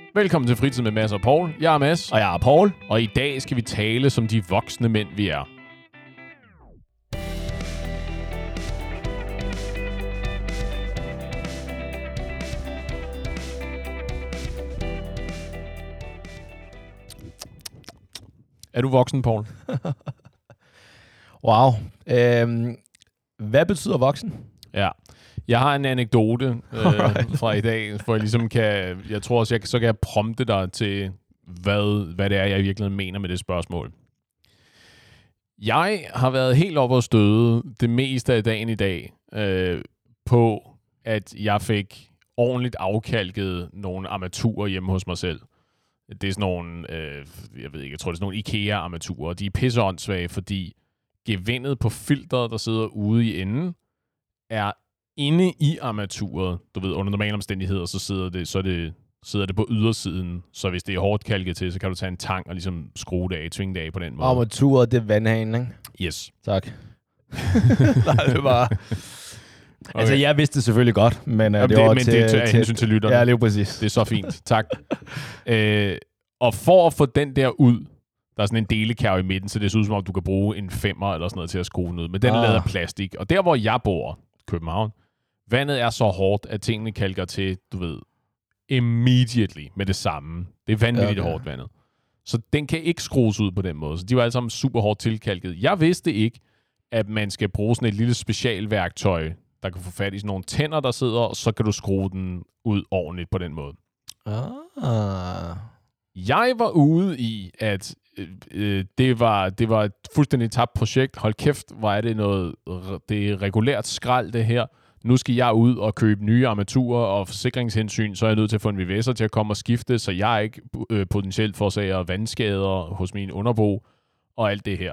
Velkommen til Fritid med Mads og Paul. Jeg er Mads. Og jeg er Paul. Og i dag skal vi tale som de voksne mænd, vi er. Er du voksen, Paul? Wow. Hvad betyder voksen? Ja. Jeg har en anekdote fra i dag, for jeg ligesom kan... Jeg tror også, så kan jeg prompte dig til, hvad det er, jeg i virkeligheden mener med det spørgsmål. Jeg har været helt oppe og støde det meste af dagen i dag på, at jeg fik ordentligt afkalket nogle armaturer hjemme hos mig selv. Det er sådan nogle, jeg tror det er sådan nogle IKEA-armaturer, og de er pisseåndssvage, fordi gevindet på filteret, der sidder ude i enden, er inde i armaturet. Du ved, under normale omstændigheder, så sidder det på ydersiden, så hvis det er hårdt kalket til, så kan du tage en tang og ligesom skrue det af, tvinge det af på den måde. Armaturet, det er vandhanen, ikke? Yes. Tak. Nej, det var... Okay. Altså, jeg vidste det selvfølgelig godt, men det var det er hensyn til lytterne. Ja, det er jo præcis. Det er så fint. Tak. Og for at få den der ud, der er sådan en delekærve i midten, så det ser ud som om, du kan bruge en 5'er eller sådan noget til at skrue den ud. Men den er lavet af plastik. Og der, hvor jeg bor, København, vandet er så hårdt, at tingene kalker til, du ved, immediately med det samme. Det er vanvittigt hårdt vandet. Så den kan ikke skrues ud på den måde. Så de var alle sammen super hårdt tilkalket. Jeg vidste ikke, at man skal bruge sådan et lille specialværktøj, der kan få fat i sådan nogle tænder, der sidder, og så kan du skrue den ud ordentligt på den måde. Jeg var ude i, at det var et fuldstændig tabt projekt. Hold kæft, hvor er det noget, det er regulært skrald, det her. Nu skal jeg ud og købe nye armaturer og forsikringshensyn, så er jeg nødt til at få en VVS'er til at komme og skifte, så jeg ikke potentielt forårsager vandskader hos min underbo og alt det her.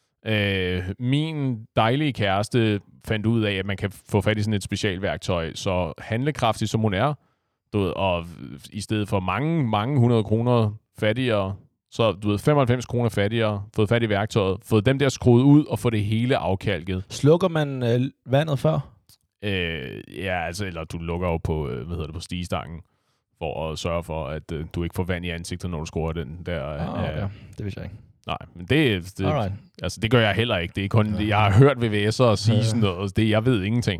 Min dejlige kæreste fandt ud af, at man kan få fat i sådan et specialværktøj, så handlekraftig som hun er, du ved, og i stedet for mange 100 kroner fattigere, så du ved, 95 kroner fattigere, fået fat i værktøjet, fået dem der skruet ud og få det hele afkalket. Slukker man vandet før? Ja, altså, eller du lukker jo på, på stigestangen, for at sørge for, at du ikke får vand i ansigtet, når du scorer den der. Okay. Det vidste jeg ikke. Nej, men det gør jeg heller ikke. Det er kun, jeg har hørt VVS'er sige sådan noget, jeg ved ingenting.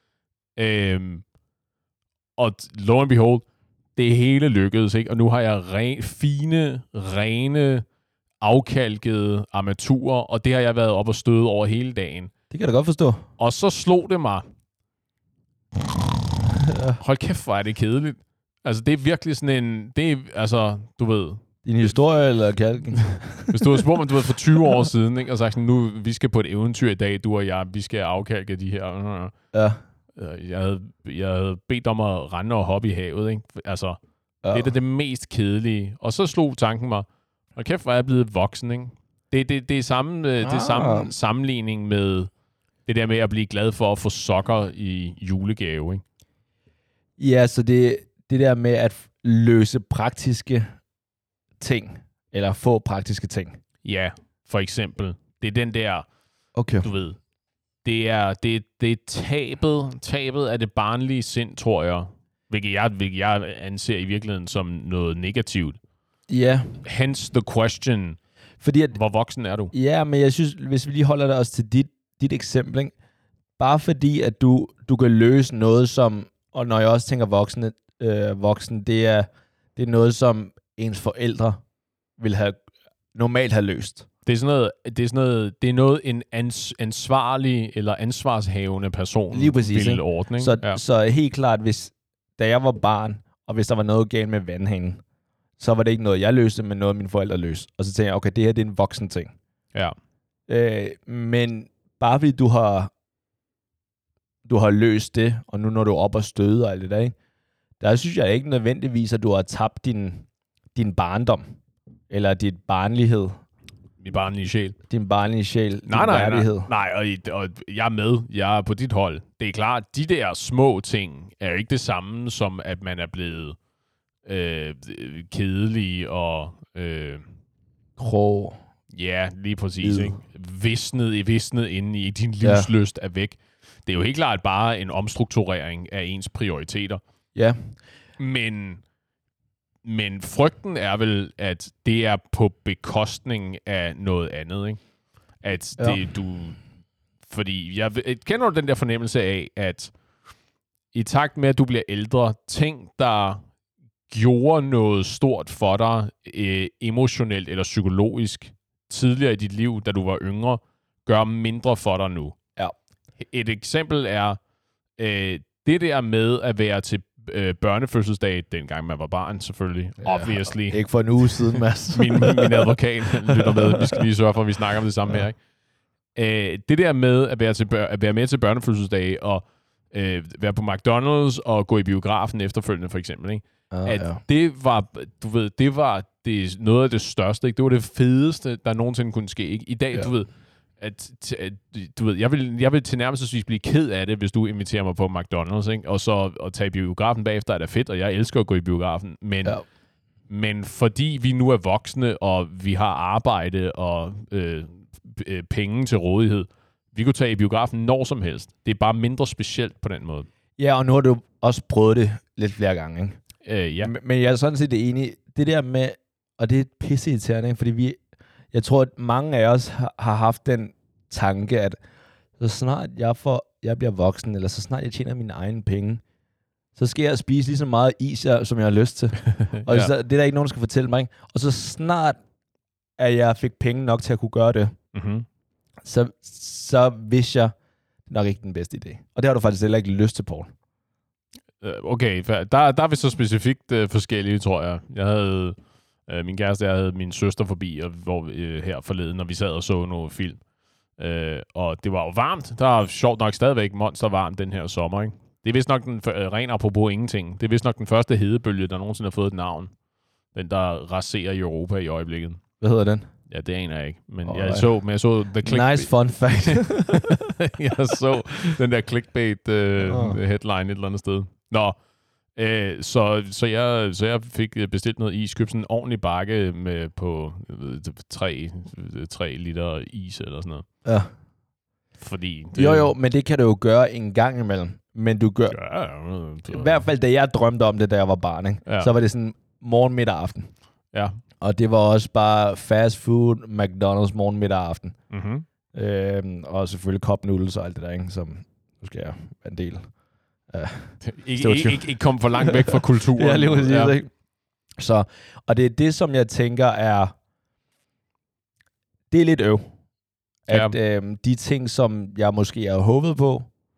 Og lo and behold, det hele lykkedes, ikke? Og nu har jeg fine, rene, afkalkede armaturer, og det har jeg været op og støde over hele dagen. Det kan jeg da godt forstå. Og så slog det mig. Hold kæft, hvor er det kedeligt. Altså, det er virkelig sådan en... Det er, altså, du ved... Din historie eller kalken? Hvis du havde spurgt mig, du ved, for 20 år siden, ikke? Og sagt sådan, nu, vi skal på et eventyr i dag, du og jeg, vi skal afkalke de her... Ja. Jeg havde bedt om at rende og hoppe i havet, ikke? Altså, det er det mest kedelige. Og så slog tanken mig, hold kæft, hvor er jeg blevet voksen, ikke? Det er samme sammenligning med det der med at blive glad for at få sokker i julegave, ikke? Ja, så det der med at løse praktiske ting, eller få praktiske ting. Ja, for eksempel. Det er den der, du ved, det er tabet af det barnlige sind, tror jeg, hvilket jeg anser i virkeligheden som noget negativt. Ja. Hence the question, fordi hvor voksen er du? Ja, men jeg synes, hvis vi lige holder det også til dit eksempel, ikke? Bare fordi, at du kan løse noget som, og når jeg også tænker voksen, det er noget, som ens forældre vil normalt have løst. Det er noget en ansvarlig eller ansvarshavende person ville ordne. Så helt klart, da jeg var barn, og hvis der var noget galt med vandhanen, så var det ikke noget, jeg løste, men noget, mine forældre løste. Og så tænkte jeg, okay, det her det er en voksen ting. Ja. Men bare fordi du har løst det, og nu når du er op og støder og alt det der, ikke? Der synes jeg ikke nødvendigvis, at du har tabt din barndom, eller dit barnlighed. Min barnlige sjæl. Din barnlige sjæl, din værdighed. Nej, og jeg er med. Jeg er på dit hold. Det er klart, de der små ting er jo ikke det samme, som at man er blevet kedelig og... Grå. Ja, lige præcis. Ikke? Visnet inde i din livslyst er væk. Det er jo helt klart bare en omstrukturering af ens prioriteter. Ja. Men Men frygten er vel, at det er på bekostning af noget andet, ikke? At det, du... Fordi kender du den der fornemmelse af, at i takt med, at du bliver ældre, ting, der gjorde noget stort for dig, emotionelt eller psykologisk, tidligere i dit liv, da du var yngre, gør mindre for dig nu. Ja. Et eksempel er det der med at være til børnefødselsdag, dengang man var barn selvfølgelig, obviously. Ikke for en uge siden, Mads. min advokat lytter med. Vi skal lige sørge for, at vi snakker om det samme her. Ikke? Det der med at være med til børnefødselsdag og være på McDonald's og gå i biografen efterfølgende, for eksempel, ikke? Det var, du ved, det var noget af det største, ikke? Det var det fedeste, der nogensinde kunne ske, ikke? I dag, du ved, du ved, jeg vil tilnærmelsesvis blive ked af det, hvis du inviterer mig på McDonald's, ikke? Og så at tage i biografen bagefter er da fedt, og jeg elsker at gå i biografen, men fordi vi nu er voksne, og vi har arbejde og penge til rådighed, vi kunne tage i biografen når som helst. Det er bare mindre specielt på den måde. Ja, og nu har du også prøvet det lidt flere gange, ikke? Ja. Men jeg er sådan set enig. Det der med, og det er pisseirriterende, ikke? Fordi jeg tror, at mange af os har haft den tanke, at så snart jeg bliver voksen, eller så snart jeg tjener mine egne penge, så skal jeg spise lige så meget is, som jeg har lyst til. Og så, det er der ikke nogen, der skal fortælle mig. Ikke? Og så snart, at jeg fik penge nok til at kunne gøre det, så vidste jeg nok ikke den bedste idé. Og det har du faktisk heller ikke lyst til, Paul. Okay, der er vi så specifikt forskellige, tror jeg. Jeg havde min kæreste, jeg havde min søster forbi, og her forleden, når vi sad og så noget film. Og det var jo varmt. Der er sjovt nok stadigvæk monstervarmt den her sommer, ikke? Det er vist nok ren apropos ingenting. Det er vist nok den første hedebølge, der nogensinde har fået et navn. Den, der raserer i Europa i øjeblikket. Hvad hedder den? Ja, det aner jeg ikke. Men jeg så the clickbait. Nice fun fact. Jeg så den der clickbait headline et eller andet sted. Nå, så jeg fik bestilt noget is, købte sådan en ordentlig bakke med på 3 liter is eller sådan noget. Ja. Fordi Jo, men det kan du jo gøre en gang imellem. Men du gør... I hvert fald, da jeg drømte om det, da jeg var barn, ikke? Så var det sådan morgen, middag, aften. Ja. Og det var også bare fast food, McDonald's morgen, middag, aften. Og selvfølgelig cup noodles og alt det der, ikke? Som nu skal jeg være en del af. Ikke komme for langt væk fra kulturen. Ja, lige præcis, ikke? Så, og det er det, som jeg tænker er... Det er lidt øv. At de ting, som jeg måske har håbet på,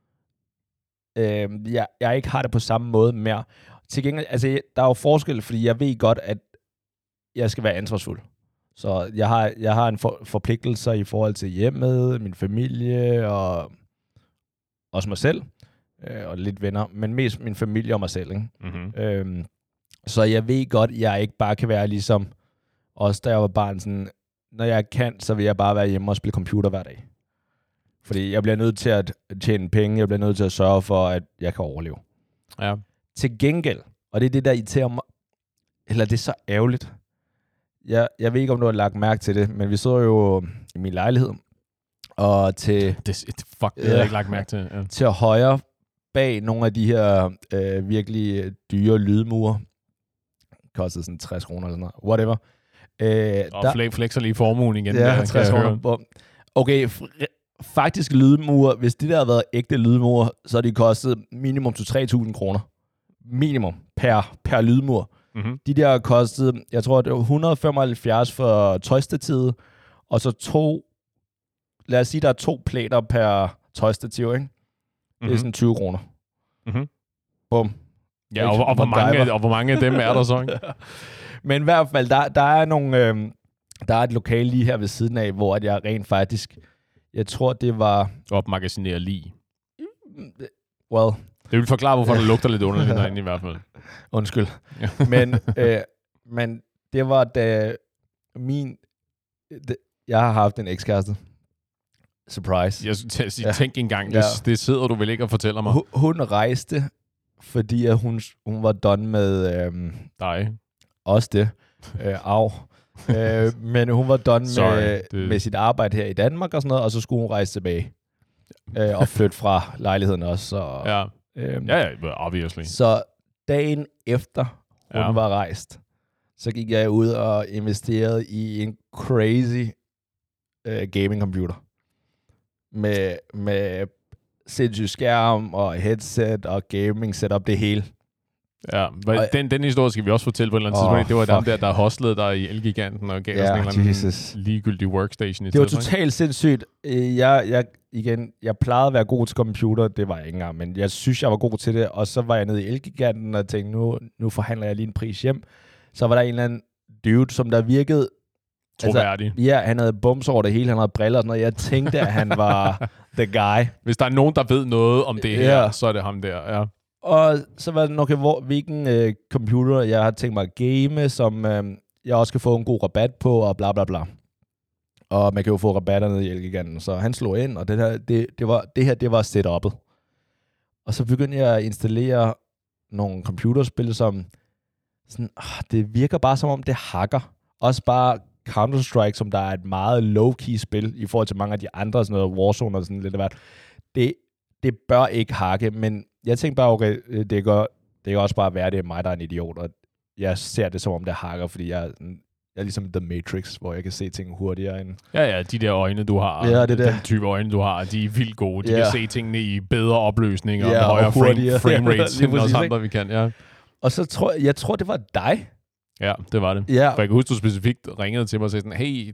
jeg ikke har det på samme måde mere. Til gengæld, altså, der er jo forskel, fordi jeg ved godt, at jeg skal være ansvarsfuld. Så jeg har en forpligtelse i forhold til hjemmet, min familie og også mig selv. Og lidt venner, men mest min familie og mig selv. Ikke? Så jeg ved godt, at jeg ikke bare kan være ligesom også da jeg var barn, sådan, når jeg kan, så vil jeg bare være hjemme og spille computer hver dag. Fordi jeg bliver nødt til at tjene penge, jeg bliver nødt til at sørge for, at jeg kan overleve. Ja. Til gengæld, og det er det, der irriterer mig, eller det er så ærgerligt. Jeg ved ikke, om du har lagt mærke til det, men vi så jo i min lejlighed, og til... Det har jeg ikke lagt mærke til. Ja. Til højre bag nogle af de her virkelig dyre lydmure, kostede sådan 60 kroner eller sådan noget, whatever. Og flexer lige formuen igen. Ja, 60 kroner. Okay, faktisk lydmure, hvis det der havde været ægte lydmure, så har de kostet minimum til 3.000 kroner. Minimum per lydmur. De der kostede, jeg tror, det var 175 for tøjstativet, og så lad os sige, der er 2 plater per tøjstativ, ikke? Det er sådan 20 kroner. Bum. Ja, og hvor mange af dem er der så, ikke? Men i hvert fald, der er nogle... der er et lokale lige her ved siden af, hvor jeg rent faktisk... Jeg tror, det var... Opmagasinere lige. Well... Det vil forklare, hvorfor det lugter lidt underligt derinde i hvert fald. Undskyld. Men det var da jeg har haft en ekskæreste. Surprise. Jeg tænk engang, det sidder du vel ikke og fortæller mig. Hun rejste, fordi at hun var done med... dig. Også det. Men hun var done med sit arbejde her i Danmark og sådan noget, og så skulle hun rejse tilbage. Og flytte fra lejligheden også. Og, ja, obviously. Så dagen efter hun var rejst, så gik jeg ud og investerede i en crazy gaming computer. Med sindssyg skærm og headset og gaming setup, det hele. Ja, den historie skal vi også fortælle på et eller andet tidspunkt. Det var dem der hostlede dig i Elgiganten og gav os en eller anden ligegyldig workstation. Det var totalt sindssygt. Jeg plejede at være god til computer, det var jeg ikke engang, men jeg synes, jeg var god til det, og så var jeg nede i Elgiganten og tænkte, nu forhandler jeg lige en pris hjem. Så var der en eller anden dude, som der virkede troværdig. Altså, han havde bums over det hele, han havde briller og sådan noget. Jeg tænkte, at han var the guy. Hvis der er nogen, der ved noget om det her, så er det ham der, ja. Og så var det nok, hvilken computer jeg har tænkt mig at game, som jeg også kan få en god rabat på, og bla bla bla. Og man kan jo få rabatter nede i Elgiganten. Så han slog ind, og det var setup'et. Og så begyndte jeg at installere nogle computerspil, som sådan, det virker bare som om, det hakker. Også bare Counter-Strike, som der er et meget low-key spil, i forhold til mange af de andre, sådan noget Warzone og sådan lidt af hvert. Det bør ikke hakke, men jeg tænkte bare, okay, det kan også bare være, det er mig, der er en idiot, og jeg ser det som om, det hakker, fordi jeg er ligesom The Matrix, hvor jeg kan se ting hurtigere end... Ja, de der øjne, du har, den type øjne, du har, de er vildt gode. De kan se tingene i bedre opløsning og højere frame rates, end os andre, vi kan, ja. Og så jeg tror, det var dig. Ja, det var det. Ja. For jeg kan huske, du specifikt ringede til mig og sagde sådan, hey,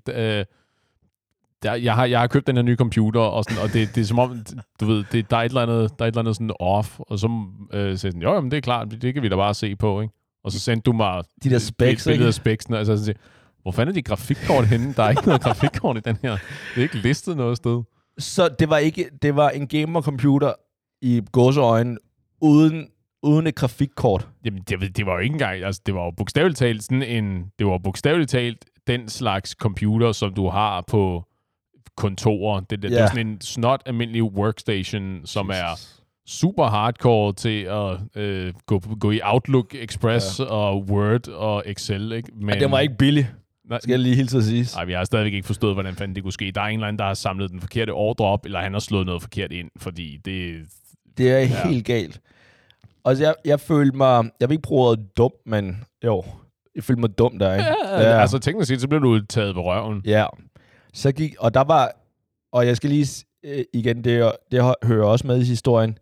jeg har købt den her nye computer, og det er som om, du ved, der er et eller andet sådan off, og så sagde sådan, jo, men det er klart, det kan vi da bare se på, ikke? Og så sendte du mig de der specs, et billede af specsene, og så sådan, hvor fanden er de grafikkort henne? Der er ikke noget grafikkort i den her. Det er ikke listet noget sted. Så det var en gamer-computer i gåseøjne, uden et grafikkort. Jamen, det var jo ikke engang, altså det var jo bogstaveligt talt den slags computer, som du har på kontorer. Det er sådan en snot almindelig workstation, som er super hardcore til at gå i Outlook, Express og Word og Excel, ikke? Men den var ikke billig. Skal jeg lige hilse at sige. Nej, vi har stadigvæk ikke forstået, hvordan fanden det kunne ske. Der er en eller anden, der har samlet den forkerte ordre op, eller han har slået noget forkert ind, fordi det er helt galt. Altså, jeg følte mig... Jeg vil ikke bruge ordet dum, men jo, jeg følte mig dum der, ikke? Ja. Altså, teknisk set, så blev du taget ved røven. Ja. Så gik... Og der var... Og jeg skal lige... Igen, det hører også med i historien.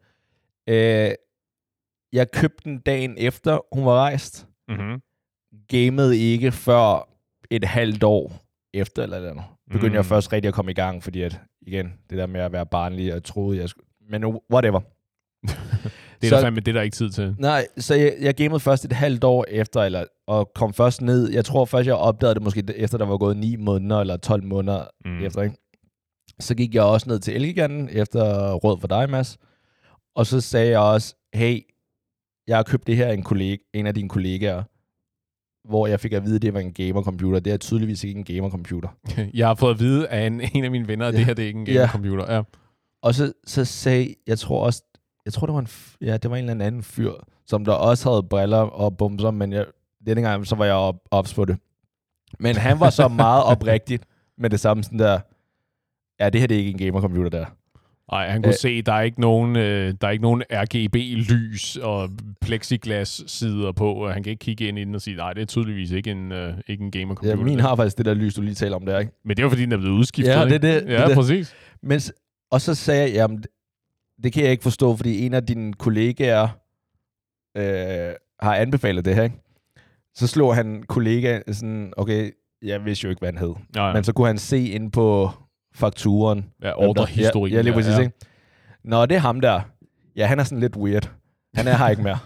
Jeg købte den dagen efter, hun var rejst. Mm-hmm. Gamede ikke før et halvt år efter, eller andet. Begyndte jeg først rigtig at komme i gang, fordi at, igen, det der med at være barnlig, og troede, jeg skulle... Men whatever. Det er der fandme, det er der ikke tid til. Nej, så jeg gamede først et halvt år efter, og kom først ned. Jeg tror først, jeg opdagede det måske efter, der var gået 9 måneder, eller 12 måneder efter, ikke? Så gik jeg også ned til Elgiganten, efter råd for dig, Mads. Og så sagde jeg også, hey, jeg har købt det her af en af dine kollegaer, hvor jeg fik at vide, at det var en gamer-computer. Det er tydeligvis ikke en gamer-computer. Jeg har fået at vide af en af mine venner, at det her det er ikke en gamer-computer. Ja. Og så sagde, jeg tror det var det var en eller anden fyr, som der også havde briller og bumser, men denne gang så var jeg ops på det. Men han var så meget oprigtig med det samme sådan der, ja, det her det er ikke en gamer-computer der. Nej, han kunne se, der er ikke nogen RGB-lys og plexiglas-sider på, og han kan ikke kigge ind i den og sige, nej, det er tydeligvis ikke en gamer-computer. Ja, min har faktisk det der lys, du lige taler om der, ikke? Men det var fordi, den er blevet udskiftet, ja, ikke? Det. Præcis. Og så sagde jeg, jamen, det kan jeg ikke forstå, fordi en af dine kollegaer har anbefalet det her, ikke? Så slog han kollega sådan, okay, jeg vidste jo ikke, hvad han hed. Ja. Men så kunne han se ind på fakturen. Ja, ordrehistorien. Ja, lige præcis, ikke? Nå, det er ham der. Ja, han er sådan lidt weird. Han er her ikke mere.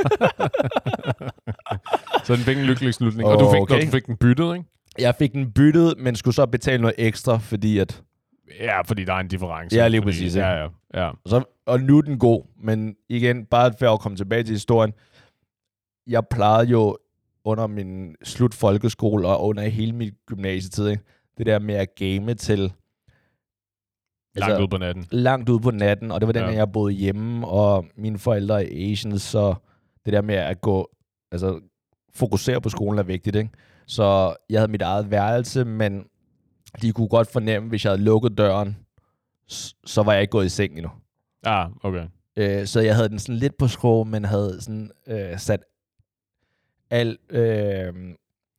Så den fik en lykkelig slutning. Og du fik den byttet, ikke? Jeg fik den byttet, men skulle så betale noget ekstra, fordi at... Ja, fordi der er en difference. Ja, lige præcis. Ja. Og nu er den god, men igen, bare for at komme tilbage til historien. Jeg plejede jo under min slut folkeskole og under hele min gymnasietid, ikke? Det der med at game til... Langt ude på natten. Langt ude på natten, og det var den, jeg boede hjemme, og mine forældre er Asians, så det der med at fokusere på skolen er vigtigt, ikke? Så jeg havde mit eget værelse, men de kunne godt fornemme, hvis jeg havde lukket døren, så var jeg ikke gået i seng endnu. Ah, okay. Så jeg havde den sådan lidt på skrå, men havde sådan sat al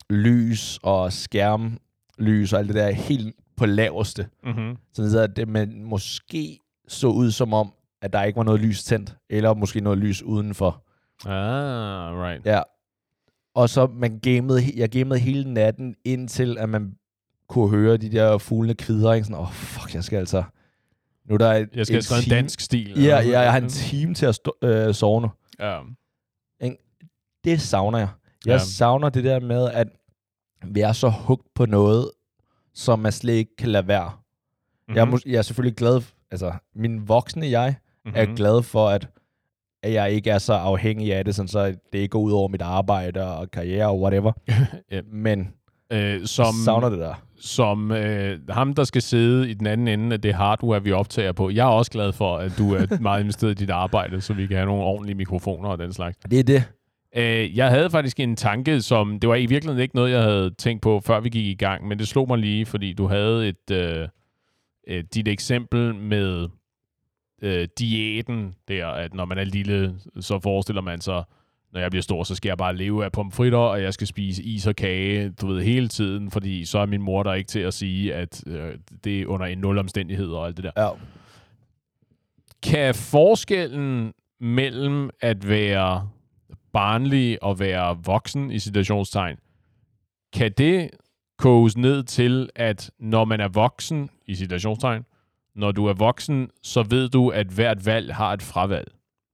lys og skærmlys og alt det der helt på laveste. Mm-hmm. Så det man måske så ud som om, at der ikke var noget lys tændt, eller måske noget lys udenfor. Right. Ja. Og så jeg gamede hele natten, indtil at man kunne høre de der fuglene kvidre. Sådan, fuck, jeg skal altså... Nu der er jeg skal have skrevet en dansk stil. Ja, jeg har en time til at sove nu. Ja. Det savner jeg. Jeg savner det der med, at vi er så hugt på noget, som man slet ikke kan lade være. Mm-hmm. Jeg er selvfølgelig glad, altså min voksne jeg er glad for, at jeg ikke er så afhængig af det, sådan så det ikke går ud over mit arbejde og karriere og whatever. Men savner det der. Som ham, der skal sidde i den anden ende af det hardware, vi optager på. Jeg er også glad for, at du er meget investeret i dit arbejde, så vi kan have nogle ordentlige mikrofoner og den slags. Det er det. Jeg havde faktisk en tanke, som... Det var i virkeligheden ikke noget, jeg havde tænkt på, før vi gik i gang, men det slog mig lige, fordi du havde dit eksempel med diæten der, at når man er lille, så forestiller man sig, når jeg bliver stor, så skal jeg bare leve af pomfritter, og jeg skal spise is og kage, du ved, hele tiden, fordi så er min mor der ikke til at sige, at det er under en nul omstændighed og alt det der. Ja. Kan forskellen mellem at være barnlig og være voksen i situationstegn, kan det koges ned til, at når man er voksen i situationstegn, når du er voksen, så ved du, at hvert valg har et fravalg?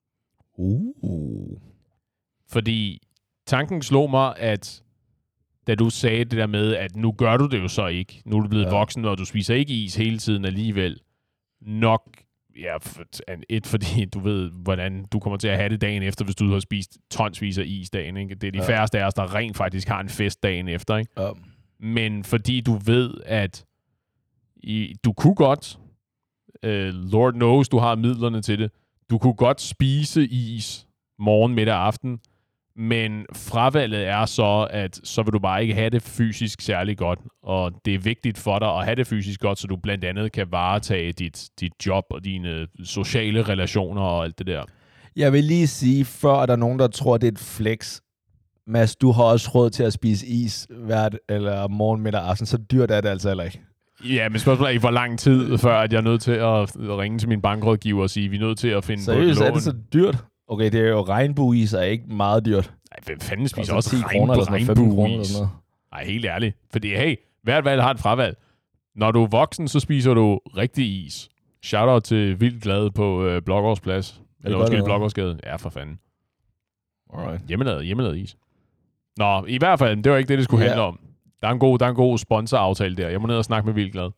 Fordi tanken slog mig, at da du sagde det der med, at nu gør du det jo så ikke. Nu er du blevet voksen, og du spiser ikke is hele tiden alligevel. Nok, fordi du ved, hvordan du kommer til at have det dagen efter, hvis du har spist tonsvis af is dagen. Ikke? Det er de færreste af os, der rent faktisk har en fest dagen efter. Ikke? Ja. Men fordi du ved, at du kunne godt, Lord knows, du har midlerne til det, du kunne godt spise is morgen, middag og aften, men fravalget er så, at så vil du bare ikke have det fysisk særlig godt, og det er vigtigt for dig at have det fysisk godt, så du blandt andet kan varetage dit job og dine sociale relationer og alt det der. Jeg vil lige sige, før er der nogen, der tror, det er et flex. Mads, du har også råd til at spise is eller morgen, middag og aften, så dyrt er det altså heller ikke. Ja, men spørgsmålet er i hvor lang tid, før at jeg er nødt til at ringe til min bankrådgiver og sige, vi er nødt til at finde på et lån. Seriøst, er det så dyrt? Okay, det er jo regnbueis, er ikke meget dyrt. Nej, hvem fanden spiser også 10 kroner eller sådan 15 kroner eller sådan noget. Nej, helt ærligt. Fordi hey, hvert valg har et fravalg. Når du er voksen, så spiser du rigtig is. Shoutout til Vildt Glad på Blågårdsplads. Eller måske Blågårdsgade. Ja, for fanden. Alright. Hjemmelavet is. Nå, i hvert fald, det var ikke det skulle handle om. Der er en god sponsoraftale der. Jeg må ned og snakke med Vildt Glad.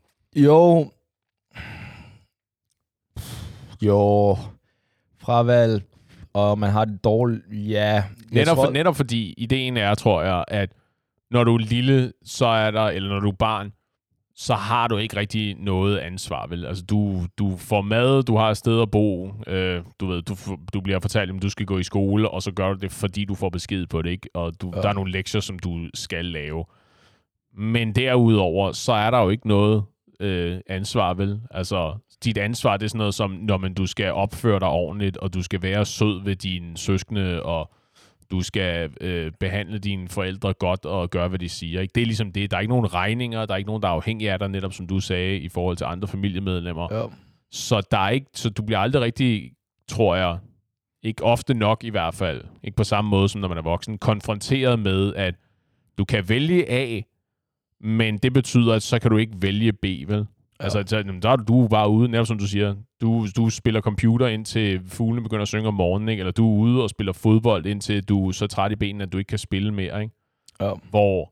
Jo. Fravalg. Og man har det dårligt, ja. Netop fordi ideen er, tror jeg, at når du er lille, så er der, eller når du er barn, så har du ikke rigtig noget ansvar, vel? Altså, du får mad, du har et sted at bo, du ved, du bliver fortalt, at du skal gå i skole, og så gør du det, fordi du får besked på det, ikke? Og der er nogle lektier, som du skal lave. Men derudover, så er der jo ikke noget ansvar, vel? Altså, dit ansvar, det er sådan noget som, når du skal opføre dig ordentligt, og du skal være sød ved dine søskende, og du skal behandle dine forældre godt og gøre, hvad de siger. Ikke? Det er ligesom det. Der er ikke nogen regninger, der er ikke nogen, der er afhængige af dig, netop som du sagde, i forhold til andre familiemedlemmer. Ja. Så du bliver aldrig rigtig, tror jeg, ikke ofte nok i hvert fald, ikke på samme måde som når man er voksen, konfronteret med, at du kan vælge A, men det betyder, at så kan du ikke vælge B, vel? Ja. Altså, så er du bare ude, netop som du siger. Du spiller computer indtil fuglene begynder at synge om morgenen, ikke? Eller du er ude og spiller fodbold indtil du er så træt i benene, at du ikke kan spille mere, ikke? Ja. Hvor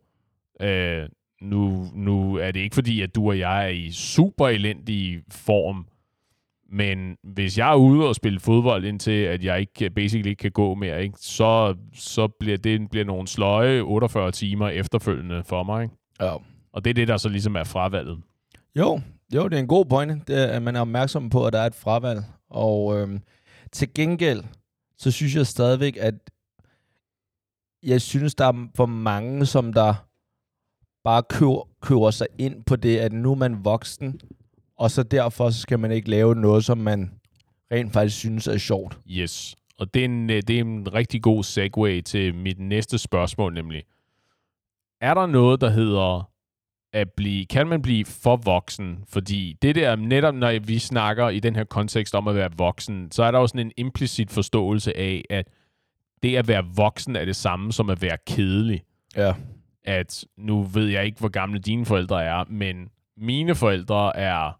nu er det ikke fordi, at du og jeg er i super elendig form, men hvis jeg er ude og spille fodbold indtil, at jeg ikke basically ikke kan gå mere, ikke? Så bliver nogle sløje 48 timer efterfølgende for mig, ikke? Ja. Og det er det, der så ligesom er fravalget. Jo, det er en god pointe, det er, at man er opmærksom på, at der er et fravalg. Og til gengæld, så synes jeg stadigvæk, at jeg synes, der er for mange, som der bare køber sig ind på det, at nu er man voksen, og så derfor så skal man ikke lave noget, som man rent faktisk synes er sjovt. Yes, og det er en rigtig god segue til mit næste spørgsmål, nemlig. er der noget, der hedder kan man blive for voksen? Fordi det der, netop når vi snakker i den her kontekst om at være voksen, så er der jo sådan en implicit forståelse af, at det at være voksen er det samme som at være kedelig. Ja. At nu ved jeg ikke, hvor gamle dine forældre er, men mine forældre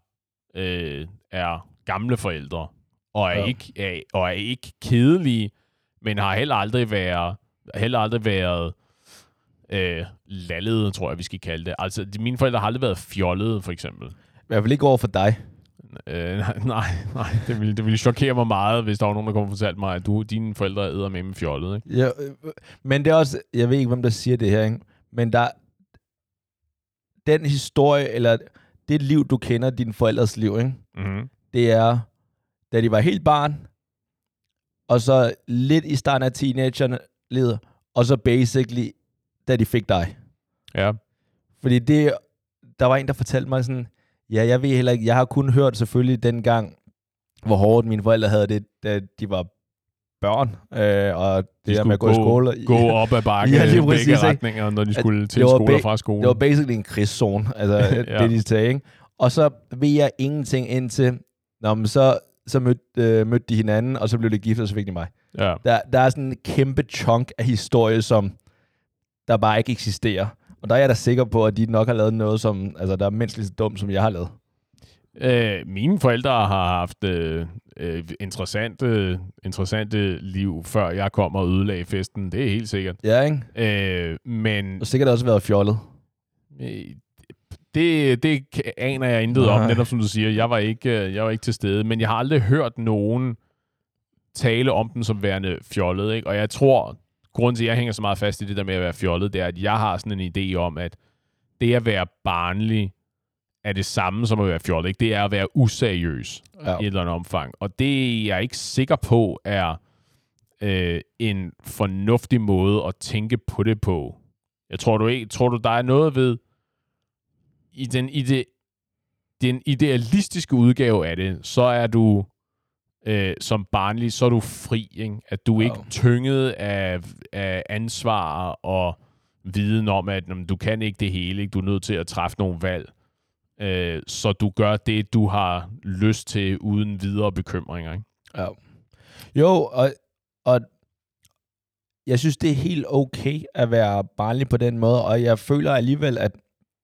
er gamle forældre, og er ikke kedelige, men har heller aldrig været lallede, tror jeg, vi skal kalde det. Altså, mine forældre har aldrig været fjollede, for eksempel. I hvert fald ikke over for dig. Nej, det ville chokere mig meget, hvis der var nogen, der kom og fortalte mig, at dine forældre er eddermame fjollede, ikke? Ja, men det er også, jeg ved ikke, hvem der siger det her, ikke? Men den historie, eller det liv, du kender, din forældres liv, ikke? Mm-hmm. Det er, da de var helt barn, og så lidt i starten af teenagerlivet, og så basically, da de fik dig. Ja. Fordi der var en, der fortalte mig sådan, ja, jeg ved heller ikke, jeg har kun hørt selvfølgelig dengang, hvor hårdt mine forældre havde det, da de var børn, og det der med at gå i skole. Gå op ad bakken i begge retninger, når de skulle til skole fra skole. Det var basically en krigszone, altså det de sagde, ikke? Og så ved jeg ingenting indtil, så mødte de hinanden, og så blev det gift, og så fik de mig. Ja. Der er sådan en kæmpe chunk af historie, som der bare ikke eksisterer. Og der er jeg da sikker på, at de nok har lavet noget, som der er mindst lige så dumt, som jeg har lavet. Mine forældre har haft interessante liv, før jeg kom og ødelagde festen. Det er helt sikkert. Ja, ikke? Men... Og sikkert også været fjollet. Det aner jeg intet om, netop som du siger. Jeg var ikke til stede, men jeg har aldrig hørt nogen tale om dem som værende fjollet, ikke? Og jeg tror, grunden til, at jeg hænger så meget fast i det der med at være fjollet, det er, at jeg har sådan en idé om, at det at være barnlig er det samme som at være fjollet, ikke? Det er at være useriøs i et eller andet omfang. Og det er jeg ikke sikker på er en fornuftig måde at tænke på det på. Tror du, der er noget ved i den idealistiske udgave af det, så er du som barnlig, så er du fri, ikke? At du ikke tynget af ansvar og viden om, at du kan ikke det hele, ikke? Du er nødt til at træffe nogle valg. Så du gør det, du har lyst til, uden videre bekymringer, ikke? Ja. Jo, og jeg synes, det er helt okay at være barnlig på den måde, og jeg føler alligevel, at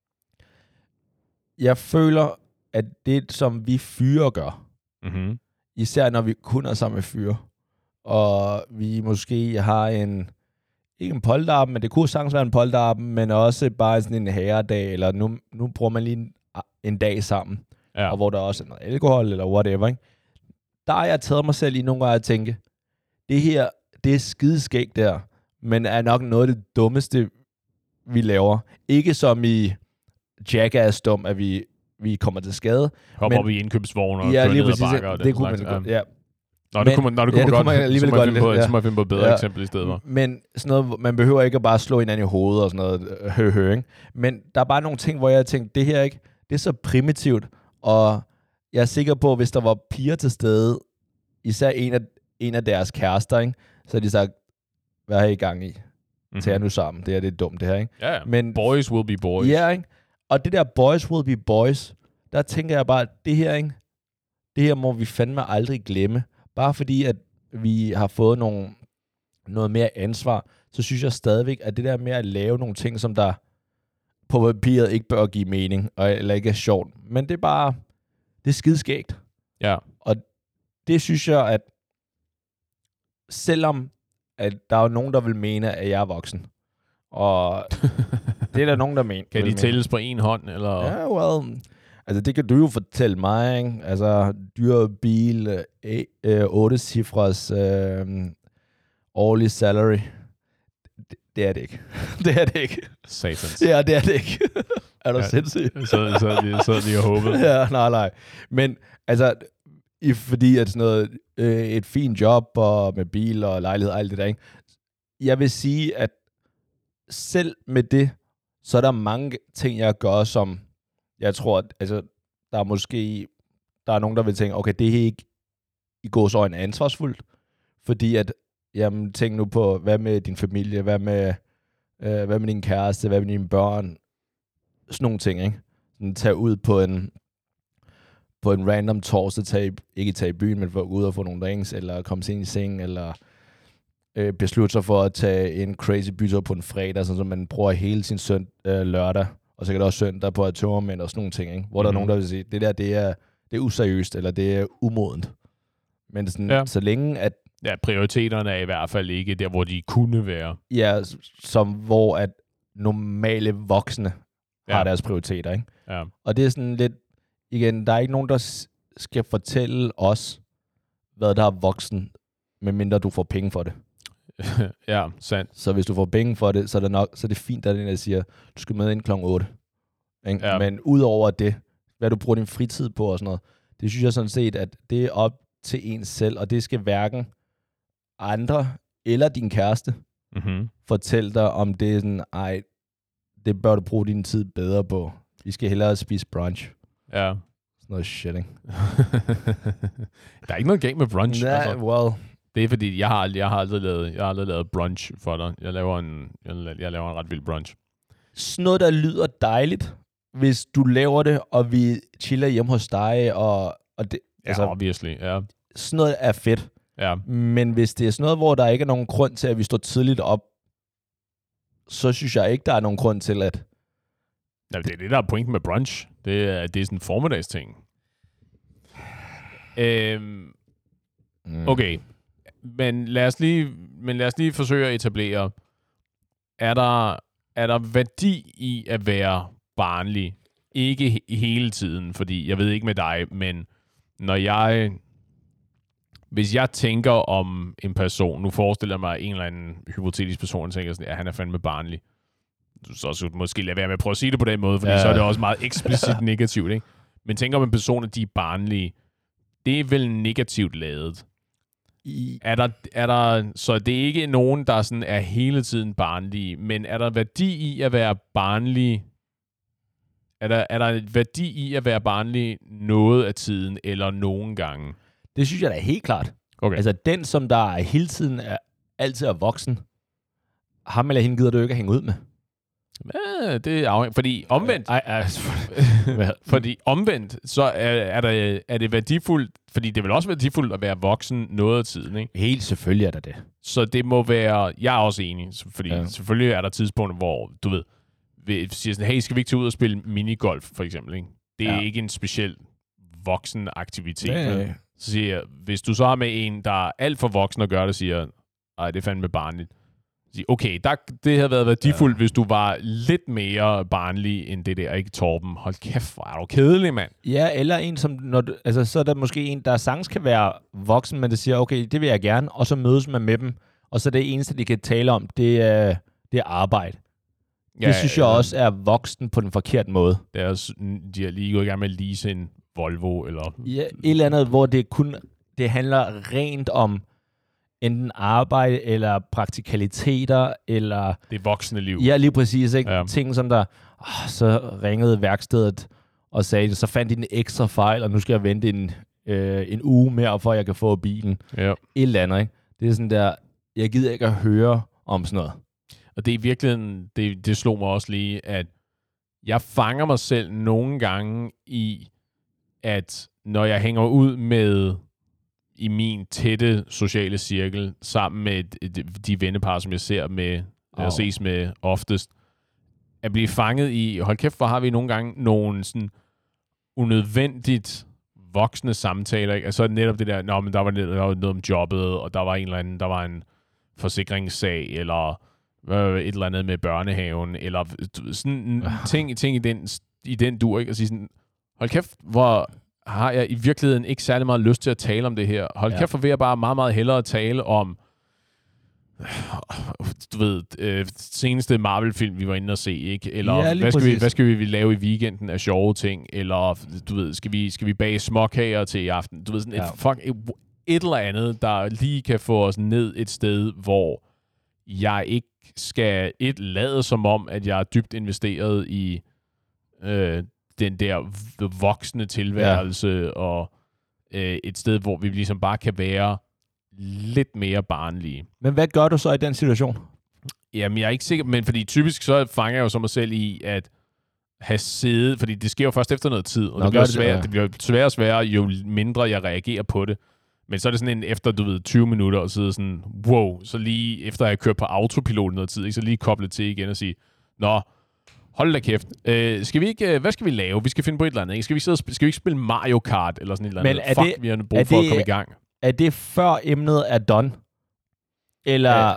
det, som vi fyre gør, mm-hmm. især når vi kun er sammen med fyre, og vi måske har ikke en polterappen, men det kunne sagtens være en polterappen, men også bare sådan en herredag, eller nu bruger man lige en dag sammen, og hvor der også er noget alkohol, eller whatever, ikke? Der har jeg taget mig selv i nogle gange at tænke, det her, det er skideskægt der, men er nok noget af det dummeste, vi laver. Ikke som i Jackass-dum, at vi kommer til skade. Hopper op i indkøbsvogn og kører ned ad bakker. Og det kunne man godt, ja. Nå, det kunne man godt. Så må jeg finde på et bedre eksempel i stedet for. Men sådan noget, man behøver ikke at bare slå hinanden i hovedet og sådan noget ikke? Men der er bare nogle ting, hvor jeg tænkte, det her ikke, det er så primitivt, og jeg er sikker på, hvis der var piger til stede, især en af deres kærester, ikke, så har de sagt, hvad er I gang i? Tag nu sammen. Det er dumt, det her, ikke? Ja, men boys will be boys. Ja, ikke? Og det der boys will be boys, der tænker jeg bare, det her må vi fandme aldrig glemme. Bare fordi, at vi har fået noget mere ansvar, så synes jeg stadigvæk, at det der med at lave nogle ting, som der på papiret ikke bør give mening, eller ikke er sjovt. Men det er bare, det er skideskægt. Ja. Og det synes jeg, at selvom at der er nogen, der vil mene, at jeg er voksen, og det er der nogen, der mener. Kan de tælles på en hånd, eller? Ja, well, altså det kan du jo fortælle mig, ikke? Altså, dyr bil, 8-cifres årlig salary. Det er det ikke. Det er det ikke. Satans. Ja, det er det ikke. Er du sindssyg? Så lige og håbet. Ja, nej. Men altså, fordi at sådan noget, et fint job og med bil og lejlighed og alt det der, ikke? Jeg vil sige, at selv med det, så er der mange ting, jeg gør, som jeg tror, at altså, der er nogen, der vil tænke, okay, det er ikke i gåseøjne ansvarsfuldt, fordi at, jamen, tænk nu på, hvad med din familie, hvad med Hvad med din kæreste? Hvad med dine børn? Sådan nogle ting, ikke? Sådan, tage ud på en random torsdag, ikke tage i byen, men gå ud og få nogle drinks, eller komme sent i seng, eller beslutte sig for at tage en crazy bytur på en fredag, sådan så man bruger hele sin lørdag, og så kan det også søndag på at tømmermænd og sådan nogle ting, ikke? Hvor der er nogen, der vil sige, det der, det er useriøst, eller det er umodent. Men sådan, så længe at... Ja, prioriteterne er i hvert fald ikke der, hvor de kunne være. Ja, som hvor at normale voksne har deres prioriteter, ikke? Ja. Og det er sådan lidt... Igen, der er ikke nogen, der skal fortælle os, hvad der er voksen, medmindre du får penge for det. Ja, sandt. Så hvis du får penge for det, så er det fint, at den der siger, du skal med ind kl. 8. Ja. Men udover det, hvad du bruger din fritid på og sådan noget, det synes jeg sådan set, at det er op til en selv, og det skal hverken andre eller din kæreste fortælle dig, om det er sådan, ej, det bør du bruge din tid bedre på. Vi skal hellere spise brunch. Ja. Sådan noget shit, ikke? Der er ikke noget galt med brunch. Nej, altså. Well. Det er fordi, jeg har aldrig lavet brunch for dig. Jeg laver en ret vild brunch. Sådan noget, der lyder dejligt, hvis du laver det, og vi chiller hjemme hos dig, og det... Ja, altså, obviously, ja. Sådan noget er fedt. Ja. Men hvis det er sådan noget, hvor der ikke er nogen grund til, at vi står tidligt op, så synes jeg ikke, der er nogen grund til, at... Ja, det er det, der er pointen med brunch. Det er sådan en formiddagsting. Okay. Men lad os lige forsøge at etablere, er der værdi i at være barnlig? Ikke hele tiden, fordi jeg ved ikke med dig, men hvis jeg tænker om en person, nu forestiller jeg mig en eller anden hypotetisk person, og tænker sådan, at han er fandme barnlig. Så skulle du måske lade være med at prøve at sige det på den måde, fordi så er det også meget eksplicit negativt, ikke? Men tænker om en person, at de er barnlige, det er vel negativt ladet. Er der, så det er ikke nogen, der sådan er hele tiden barnlige, men er der værdi i at være barnlig? Er der et værdi i at være barnlig noget af tiden, eller nogen gange? Det synes jeg da helt klart. Okay. Altså den, som der hele tiden altid er voksen, ham eller hende gider du ikke at hænge ud med. Ja, det er afhængigt. Fordi omvendt, så er det værdifuldt, fordi det vil også være værdifuldt at være voksen noget af tiden, ikke? Helt selvfølgelig er der det. Så det må være, jeg er også enig, fordi selvfølgelig er der tidspunkter, hvor, du ved, vi siger sådan, hey, skal vi ikke tage ud og spille minigolf, for eksempel, ikke? Det er ikke en speciel voksen aktivitet. Ja. Så siger jeg, hvis du så har med en, der er alt for voksen og gør det, siger, ej, det er fandme barnligt. Okay, det havde været værdifuldt, hvis du var lidt mere barnlig end det der, ikke Torben? Hold kæft, hvor er du kedelig, mand. Ja, eller en, som så er der måske en, der sagtens kan være voksen, men det siger, okay, det vil jeg gerne, og så mødes man med dem, og så det eneste, de kan tale om, det er arbejde. Ja, det synes jeg også er voksen på den forkerte måde. De har lige gået i gang med at lease en Volvo, eller... Ja, et eller andet, hvor det handler rent om enten arbejde, eller praktikaliteter, eller... Det voksne liv. Ja, lige præcis, ikke? Ja. Ting som der... så ringede værkstedet og sagde, så fandt de en ekstra fejl, og nu skal jeg vente en uge mere, for at jeg kan få bilen. Ja. Et eller andet, ikke? Det er sådan der... Jeg gider ikke at høre om sådan noget. Og det er i virkeligheden... Det slog mig også lige, at jeg fanger mig selv nogle gange i, at når jeg hænger ud med... i min tætte sociale cirkel, sammen med de vennepar, som jeg ser med, jeg ses med oftest, at blive fanget i, hold kæft, hvor har vi nogle gange nogle sådan unødvendigt voksne samtaler, ikke? Altså netop det der, men der var noget om jobbet, og der var en eller anden, der var en forsikringssag, eller et eller andet med børnehaven, eller sådan ting i den dur, ikke? Og sige sådan, hold kæft, hvor har jeg i virkeligheden ikke særlig meget lyst til at tale om det her. Hold kæft, for vil jeg bare meget, meget hellere tale om du ved, seneste Marvel-film, vi var inde og se, ikke? Eller hvad skal vi lave i weekenden af sjove ting? Eller, du ved, skal vi bage småkager til i aften? Du ved, sådan et eller andet, der lige kan få os ned et sted, hvor jeg ikke skal lade som om, at jeg er dybt investeret i den der voksne tilværelse, og et sted, hvor vi ligesom bare kan være lidt mere barnlige. Men hvad gør du så i den situation? Jamen, jeg er ikke sikker, men fordi typisk så fanger jeg jo så mig selv i at have siddet, fordi det sker jo først efter noget tid, og det bliver sværere og sværere, jo mindre jeg reagerer på det. Men så er det sådan en efter, 20 minutter, og sidde sådan, wow, så lige efter at jeg kørt på autopilot noget tid, ikke, så lige koble til igen og sige, nå, hold da kæft. Hvad skal vi lave? Vi skal finde på et eller andet, ikke? Skal vi ikke spille Mario Kart, eller sådan et eller andet? Men vi har brug for at komme i gang. Er det før emnet er done? Eller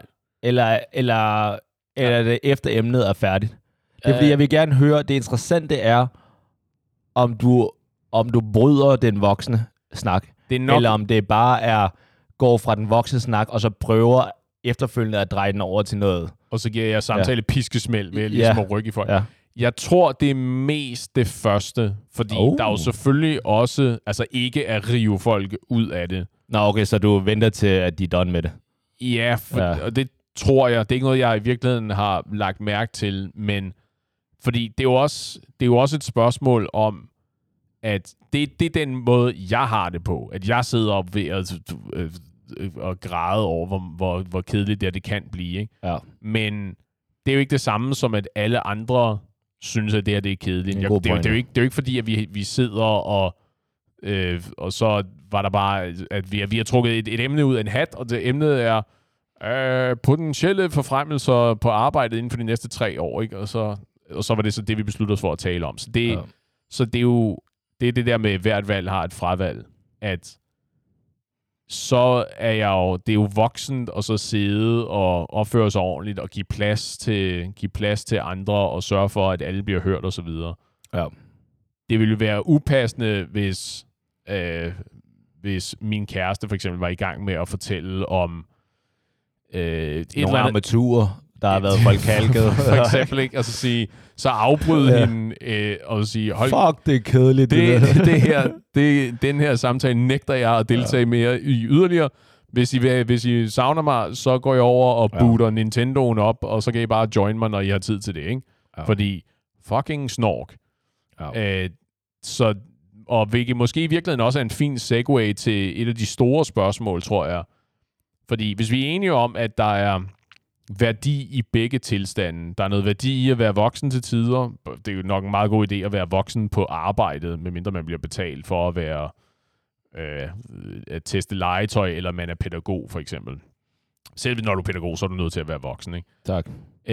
er det efter emnet er færdigt? Det er fordi, jeg vil gerne høre, det interessante er, om du bryder den voksne snak, eller om det bare er, går fra den voksne snak, og så prøver efterfølgende at dreje den over til noget. Og så giver jeg samtale piskesmæld ved ligesom at rykke i folk. Ja. Jeg tror, det er mest det første, fordi der er jo selvfølgelig også, altså ikke at rive folk ud af det. Nå, okay, så du venter til, at de er done med det? Ja, og det tror jeg, det er ikke noget, jeg i virkeligheden har lagt mærke til, men fordi det er jo også et spørgsmål om, at det er den måde, jeg har det på, at jeg sidder op ved at græde over, hvor kedeligt det kan blive, ikke? Ja. Men det er jo ikke det samme som, at alle andre synes, at det her det er kedeligt. Det er jo ikke fordi, at vi sidder og så var der bare, at vi har trukket et emne ud af en hat, og det emnet er potentielle forfremmelser på arbejdet inden for de næste 3 år, ikke? Og så var det så det, vi besluttede os for at tale om. Så det er jo det der med, hvert valg har et fravalg, at så er det er jo voksent at så sidde og opføre sig ordentligt og give plads til andre og sørge for, at alle bliver hørt og så videre. Ja. Det ville være upassende, hvis min kæreste for eksempel var i gang med at fortælle om nogle armaturer, der har været folkekalket. For eksempel, ikke? Og så afbryde hende og sige, fuck, det er kedeligt. Den her samtale nægter jeg at deltage mere i yderligere. Hvis I savner mig, så går jeg over og booter Nintendoen op, og så kan I bare join mig, når I har tid til det, ikke? Ja. Fordi fucking snork. Ja. Og hvilket måske i virkeligheden også er en fin segue til et af de store spørgsmål, tror jeg. Fordi hvis vi er enige om, at der er værdi i begge tilstande, der er noget værdi i at være voksen til tider, det er jo nok en meget god idé at være voksen på arbejdet, medmindre man bliver betalt for at være at teste legetøj, eller man er pædagog, for eksempel. Selv når du er pædagog, så er du nødt til at være voksen, ikke? Tak.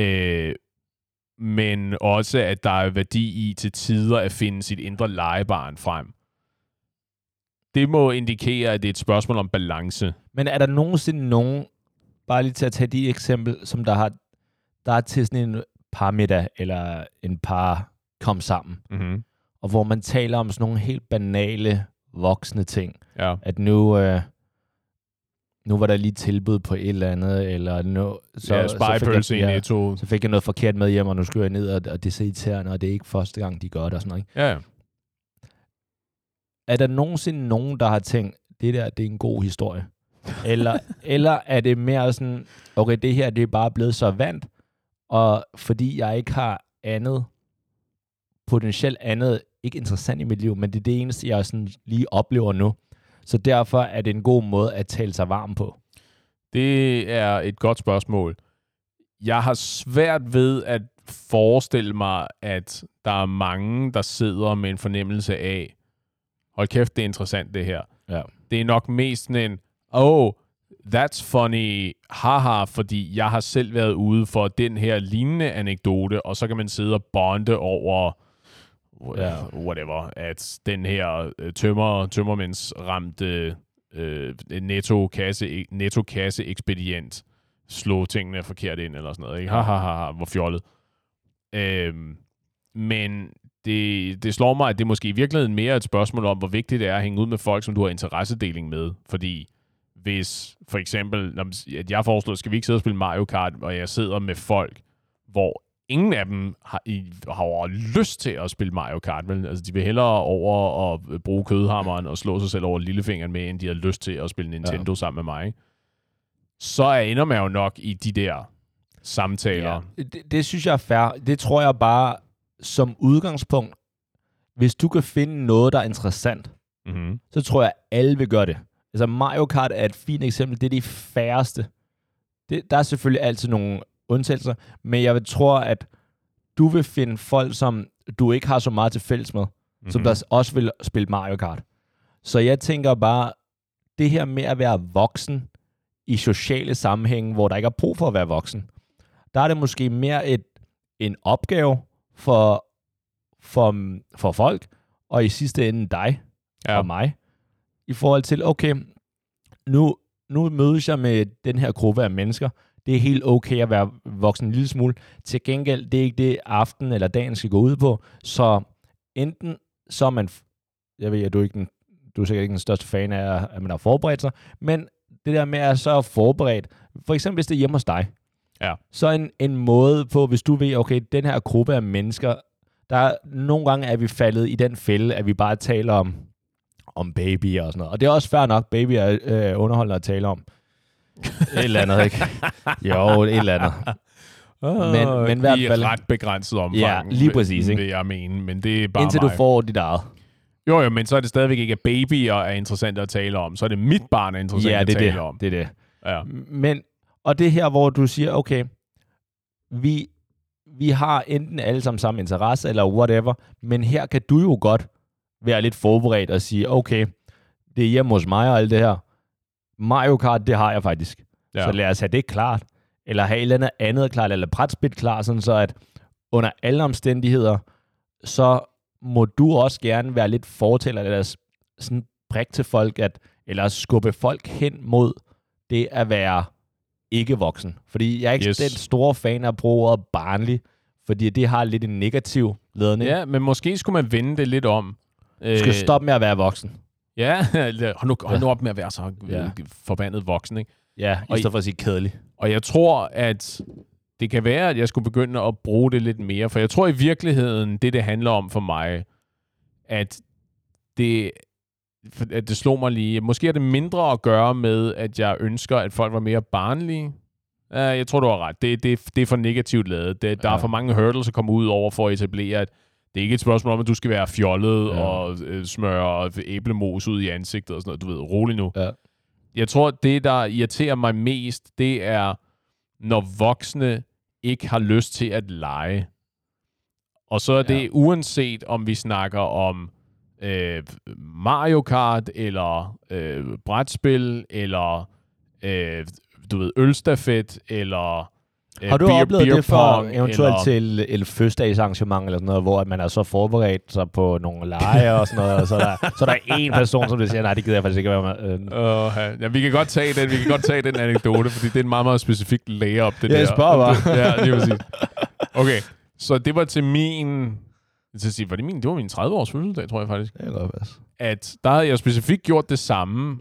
Men også, at der er værdi i til tider at finde sit indre legebarn frem. Det må indikere, at det er et spørgsmål om balance. Men er der nogensinde nogen, bare lige til at tage de eksempel, som der er til sådan en parmiddag, eller en par kom sammen, og hvor man taler om sådan nogle helt banale voksne ting. Ja. At nu var der lige tilbud på et eller andet, eller så fik jeg noget forkert med hjem, og nu skulle jeg ned, og det er så irriterende, og det er ikke første gang, de gør det, og sådan noget, ikke? Ja. Er der nogensinde nogen, der har tænkt, det er en god historie? eller er det mere sådan, okay, det her, det er bare blevet så vant, og fordi jeg ikke har potentielt andet, ikke interessant i mit liv, men det er det eneste, jeg sådan lige oplever nu. Så derfor er det en god måde at tale sig varm på. Det er et godt spørgsmål. Jeg har svært ved at forestille mig, at der er mange, der sidder med en fornemmelse af, hold kæft, det er interessant det her. Ja. Det er nok mest sådan en, that's funny, haha, fordi jeg har selv været ude for den her lignende anekdote, og så kan man sidde og bonde over whatever, at den her tømmermændsramte netto-kasse-ekspedient slog tingene forkert ind, eller sådan noget, ikke? Hvor fjollet. Men det slår mig, at det måske i virkeligheden mere et spørgsmål om, hvor vigtigt det er at hænge ud med folk, som du har interessedeling med. Fordi hvis for eksempel, at jeg foreslår, skal vi ikke sidde og spille Mario Kart, og jeg sidder med folk, hvor ingen af dem har lyst til at spille Mario Kart, men altså, de vil hellere over og bruge kødhammeren og slå sig selv over lillefingeren med, end de har lyst til at spille Nintendo sammen med mig. Så ender man jo nok i de der samtaler. Ja, det synes jeg er fair. Det tror jeg bare, som udgangspunkt, hvis du kan finde noget, der er interessant, så tror jeg, alle vil gøre det. Altså Mario Kart er et fint eksempel. Det er de færreste. Der er selvfølgelig altid nogle undtagelser, men jeg tror, at du vil finde folk, som du ikke har så meget til fælles med, som der også vil spille Mario Kart. Så jeg tænker bare, det her med at være voksen i sociale sammenhænge, hvor der ikke er brug for at være voksen, der er det måske mere en opgave for folk, og i sidste ende dig og mig, i forhold til, okay, nu mødes jeg med den her gruppe af mennesker. Det er helt okay at være voksen en lille smule. Til gengæld, det er ikke det aften eller dagen skal gå ud på. Så enten så er man, jeg ved, at du er sikkert ikke den største fan af, at man har forberedt sig, men det der med at så er forberedt, for eksempel hvis det er hjemme hos dig, så en måde på, hvis du ved, okay, den her gruppe af mennesker, nogle gange er vi faldet i den fælde, at vi bare taler om babyer og sådan noget. Og det er også fair nok, babyer er underholdende at tale om. Et eller andet, ikke? Jo, et eller andet. Men i hvert fald ret begrænset omfang. Ja, lige præcis, ikke? Vil jeg mene, men det er bare indtil mig. Du får dit eget. Jo, men så er det stadigvæk ikke, at babyer er interessant at tale om. Så er det mit barn er interessant at tale om. Ja, det er det. Ja. Men, og det her, hvor du siger, okay, vi har enten alle sammen samme interesse, eller whatever, men her kan du jo godt være lidt forberedt og sige, okay, det er hjemme hos mig og alt det her. Mario Kart, det har jeg faktisk. Ja. Så lad os have det klart. Eller have et eller andet klart, eller brætspil klart, sådan så at under alle omstændigheder, så må du også gerne være lidt fortæller, eller sådan brik til folk, eller skubbe folk hen mod det at være ikke voksen. Fordi jeg er ikke den store fan af at bruge ordet barnlig, fordi det har lidt en negativ ledning. Ja, men måske skulle man vende det lidt om. Du skal stoppe med at være voksen. Ja, hold nu op med at være så forbandet voksen, ikke? Ja, i stedet for at sige kedelig. Og jeg tror, at det kan være, at jeg skulle begynde at bruge det lidt mere, for jeg tror i virkeligheden, det handler om for mig, at det slog mig lige. Måske er det mindre at gøre med, at jeg ønsker, at folk var mere barnlige. Jeg tror, du har ret. Det er for negativt lavet. Der er for mange hurdles at komme ud over for at etablere, at det er ikke et spørgsmål om, at du skal være fjollet og smøre æblemos ud i ansigtet og sådan noget. Du ved, rolig nu. Ja. Jeg tror, det, der irriterer mig mest, det er, når voksne ikke har lyst til at lege. Og så er det uanset, om vi snakker om Mario Kart, eller brætspil, eller du ved, ølstafet, eller har du oplevet det for eventuelt til et fødselsdagsarrangement eller sådan noget, hvor man er så forberedt sig på nogle lege og sådan noget, og så er der en person, som siger, nej, det gider jeg faktisk ikke være med. Ja, vi kan godt tage den anekdote, fordi det er en meget, meget specifik layout, det der. Jeg spørger bare. Ja, lige præcis. Okay, så det var til min... Det var min 30-års fødselsdag, tror jeg faktisk. Det er godt passe. At der havde jeg specifikt gjort det samme,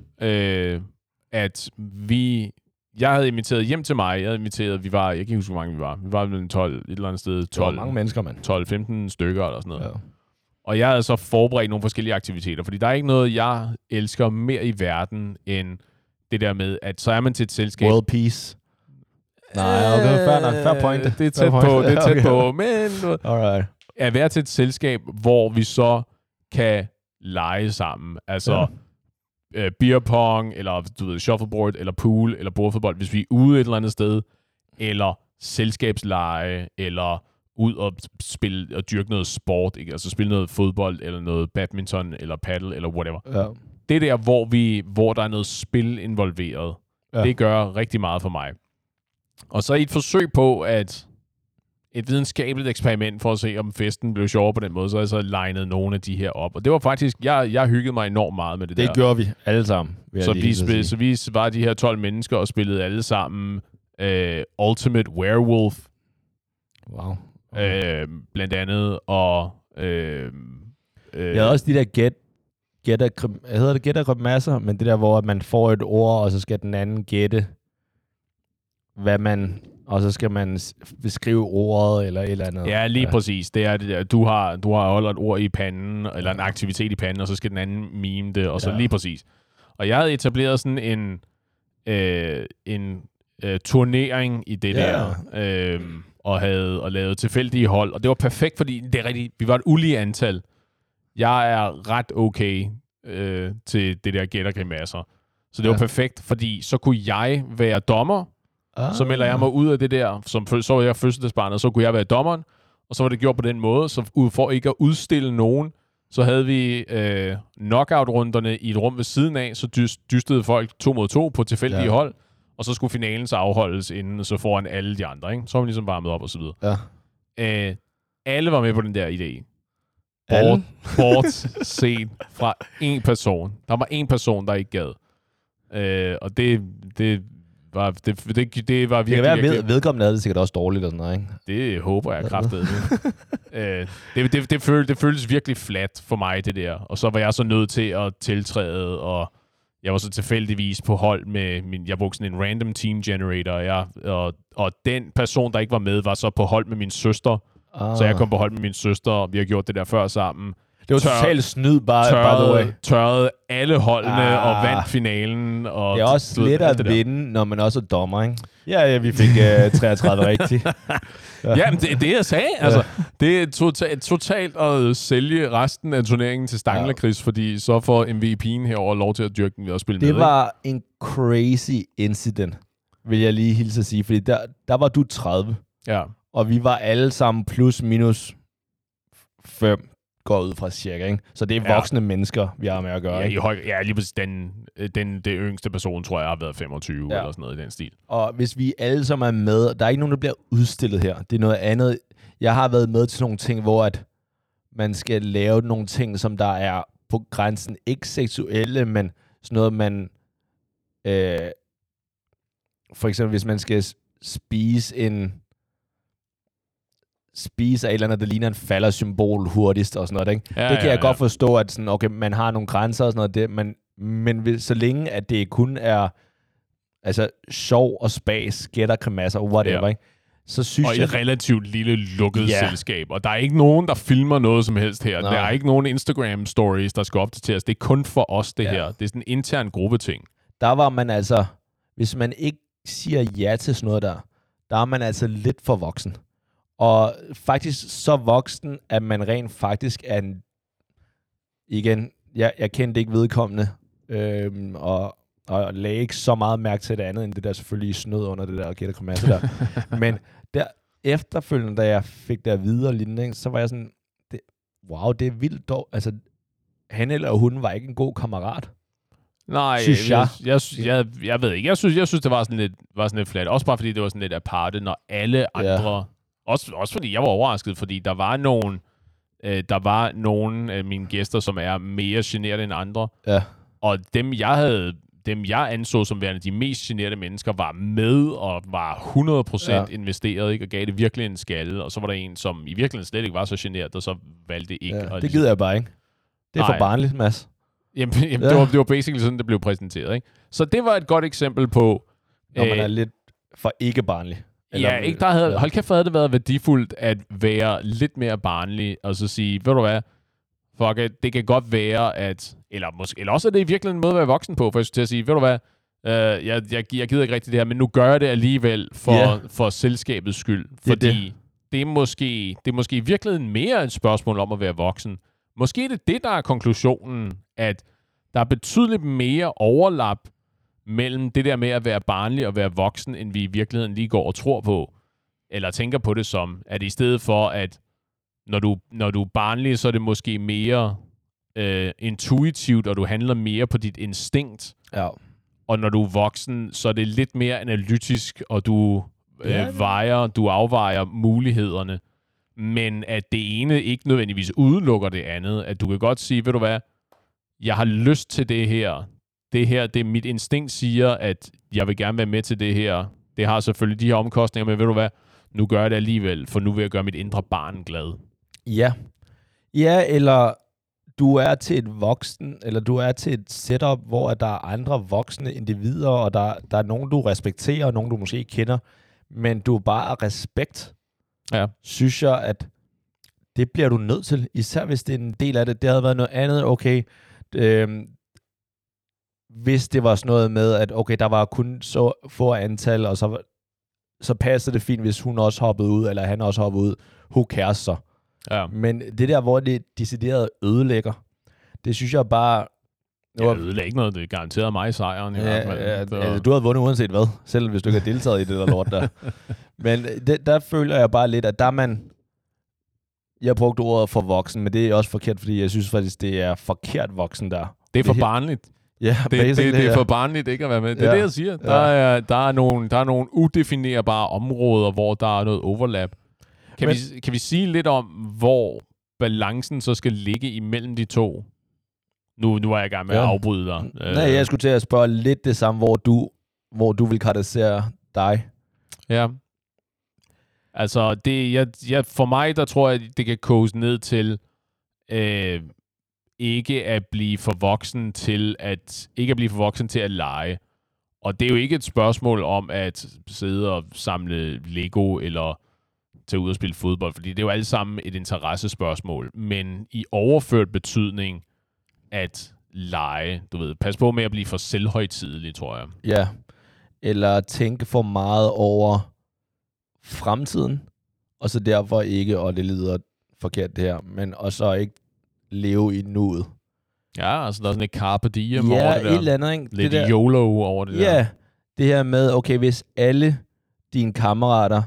at jeg havde inviteret hjem til mig. Jeg kan ikke huske, hvor mange vi var. Vi var mellem 12, et eller andet sted. 12, mange mennesker, mand. 12-15 stykker eller sådan noget. Ja. Og jeg havde så forberedt nogle forskellige aktiviteter, fordi der er ikke noget, jeg elsker mere i verden, end det der med, at så er man til et selskab. World peace. Nej, okay, fair point. Det er tæt på, men... Alright. At være til et selskab, hvor vi så kan lege sammen. Altså beer pong, eller du ved, shuffleboard, eller pool, eller bordfodbold, hvis vi er ude et eller andet sted, eller selskabsleje, eller ud og spille og dyrke noget sport, ikke? Altså spille noget fodbold, eller noget badminton, eller paddle, eller whatever. Ja. Det der, hvor der er noget spil involveret, det gør rigtig meget for mig. Og så i et forsøg på, at et videnskabeligt eksperiment for at se, om festen blev sjovere på den måde, så har jeg så legnet nogle af de her op. Og det var faktisk, jeg hyggede mig enormt meget med det der. Det gjorde vi alle sammen. Så vi var de her 12 mennesker og spillede alle sammen Ultimate Werewolf. Wow. Okay. Blandt andet, og... jeg havde også de der gæt og masser, men det der, hvor man får et ord, og så skal den anden gætte, hvad man... Og så skal man beskrive ordet eller et eller andet. Ja, lige præcis. Det er det der. Du har holdt et ord i panden, eller en aktivitet i panden, og så skal den anden mime det, og så lige præcis. Og jeg havde etableret sådan en turnering i det der, og lavet tilfældige hold. Og det var perfekt, fordi det er rigtigt, vi var et ulige antal. Jeg er ret okay til det der gæt og grimasser. Så det var perfekt, fordi så kunne jeg være dommer, Så melder jeg mig ud af det der, så var jeg fødselsdagsbarn, og så kunne jeg være dommeren, og så var det gjort på den måde, så for ikke at udstille nogen, så havde vi knockout-runderne i et rum ved siden af, så dystede folk 2 mod 2 på tilfældige hold, og så skulle finalen så afholdes inden, så foran alle de andre, ikke? Så var vi ligesom varmet op og så videre. Ja. Alle var med på den der idé. Bortset fra en person. Der var en person, der ikke gad. Og det var virkelig... Det kan være, vedkommende havde det sikkert også dårligt og sådan noget, ikke? Det håber jeg kraftedeme. Det føltes virkelig flat for mig, det der. Og så var jeg så nødt til at tiltræde, og jeg var så tilfældigvis på hold med jeg brugte sådan en random team generator, og den person, der ikke var med, var så på hold med min søster. Så jeg kom på hold med min søster, og vi har gjort det der før sammen. Det var totalt snyd, by the way. Tørrede alle holdene og vandt finalen. Og det er også let at vinde, når man også er dommer, ikke? Ja, vi fik 33 rigtigt. Jamen, det jeg sagde, altså, det er totalt at sælge resten af turneringen til Stanglerkris, fordi så får MVP'en herover lov til at dyrke den ved at spille med. Det var en crazy incident, vil jeg lige hilse at sige, fordi der var du 30. Ja. Og vi var alle sammen plus minus 5, går ud fra cirka, ikke? Så det er voksne mennesker, vi har med at gøre. Ja, lige præcis det yngste person, tror jeg, har været 25 eller sådan noget i den stil. Og hvis vi alle sammen er med, der er ikke nogen, der bliver udstillet her. Det er noget andet. Jeg har været med til nogle ting, hvor at man skal lave nogle ting, som der er på grænsen, ikke seksuelle, men sådan noget, man... for eksempel, hvis man skal spise af et eller andet, der ligner en faldersymbol hurtigst og sådan noget, ikke? Det kan jeg godt forstå, at sådan, okay, man har nogle grænser og sådan noget, men så længe, at det kun er altså sjov og spas, gætter, kremasser, whatever, ikke? Så synes og et relativt lille lukket selskab. Og der er ikke nogen, der filmer noget som helst her. Der er ikke nogen Instagram-stories, der skal opdateres. Det er kun for os, det her. Det er sådan en intern gruppeting. Der var man altså, hvis man ikke siger ja til sådan noget der er man altså lidt for voksen. Og faktisk så voksen, at man rent faktisk er en... Igen, jeg kendte ikke vedkommende, og lagde ikke så meget mærke til det andet, end det der selvfølgelig snød under det der gætter kramasse der. Men der efterfølgende, da jeg fik der videre lignende, så var jeg sådan, wow, det er vildt dog. Altså, han eller hun var ikke en god kammerat. Nej, jeg ved ikke. Jeg synes, det var sådan lidt flat. Også bare fordi det var sådan lidt aparte, når alle andre... Også fordi jeg var overrasket, fordi der var nogle af mine gæster, som er mere generede end andre. Ja. Og dem jeg anså som værende de mest generede mennesker, var med og var 100% investeret, ikke? Og gav det virkelig en skalle. Og så var der en, som i virkeligheden slet ikke var så generet, og så valgte ikke. Ja, det gider jeg bare ikke. Det er for barnligt, Mads. Jamen det var basically sådan, det blev præsenteret, ikke? Så det var et godt eksempel på... Når man er lidt for ikke barnlig. Eller, hold kæft, havde det været værdifuldt at være lidt mere barnlig, og så sige, ved du hvad, fuck, det kan godt være, at... Eller også er det i virkeligheden en måde at være voksen på, for jeg skulle til at sige, ved du hvad, jeg gider ikke rigtig det her, men nu gør jeg det alligevel for selskabets skyld. Fordi det er måske i virkeligheden mere et spørgsmål om at være voksen. Måske er det der er konklusionen, at der er betydeligt mere overlap mellem det der med at være barnlig og være voksen, end vi i virkeligheden lige går og tror på, eller tænker på det som, at i stedet for, at når du er barnlig, så er det måske mere intuitivt, og du handler mere på dit instinkt. Ja. Og når du er voksen, så er det lidt mere analytisk, og du afvejer mulighederne, men at det ene ikke nødvendigvis udelukker det andet. At du kan godt sige, ved du hvad, jeg har lyst til det her. Det mit instinkt siger, at jeg vil gerne være med til det her. Det har selvfølgelig de her omkostninger, men ved du hvad, nu gør jeg det alligevel, for nu vil jeg gøre mit indre barn glad. Ja. Ja, eller du er til et voksen, eller du er til et setup, hvor der er andre voksne individer, og der er nogen, du respekterer, og nogen, du måske ikke kender, men du er bare respekt. Ja. Synes jeg, at det bliver du nødt til, især hvis det er en del af det. Det havde været noget andet, okay, hvis det var sådan noget med, at okay, der var kun så få antal, og så passede det fint, hvis hun også hoppede ud, eller han også hoppede ud. Who cares så? Ja. Men det der, hvor det decideret ødelægger, det synes jeg bare, Jeg ødelagde ikke noget. Det garanterede mig i sejren i hvert fald. Altså, du havde vundet uanset hvad, selv hvis du ikke har deltaget i det der lort der. Men der føler jeg bare lidt, at der man... Jeg brugte ordet for voksen, men det er også forkert, fordi jeg synes faktisk, det er forkert voksen der. Det er for barnligt. Ja, det er for barnligt ikke at være med. Det er det, jeg siger. Der er nogle udefinerbare områder, hvor der er noget overlap. Kan vi sige lidt om, hvor balancen så skal ligge imellem de to? Nu er jeg i gang med at afbryde dig. Nej, jeg skulle til at spørge lidt det samme, hvor du vil karakterisere dig. Ja. Altså, for mig, der tror jeg, det kan koges ned til ikke at blive for voksen til at lege. Og det er jo ikke et spørgsmål om at sidde og samle Lego eller tage ud og spille fodbold, fordi det er jo alle sammen et interessespørgsmål. Men i overført betydning at lege, du ved, pas på med at blive for selvhøjtidelig, tror jeg. Ja, eller tænke for meget over fremtiden, og så derfor ikke, og det lyder forkert det her, men og så ikke leve i nuet. Ja, altså der er sådan et carpe diem over det der. Ja, et eller andet, ikke? Lidt det YOLO over det der. Ja, det her med, okay, hvis alle dine kammerater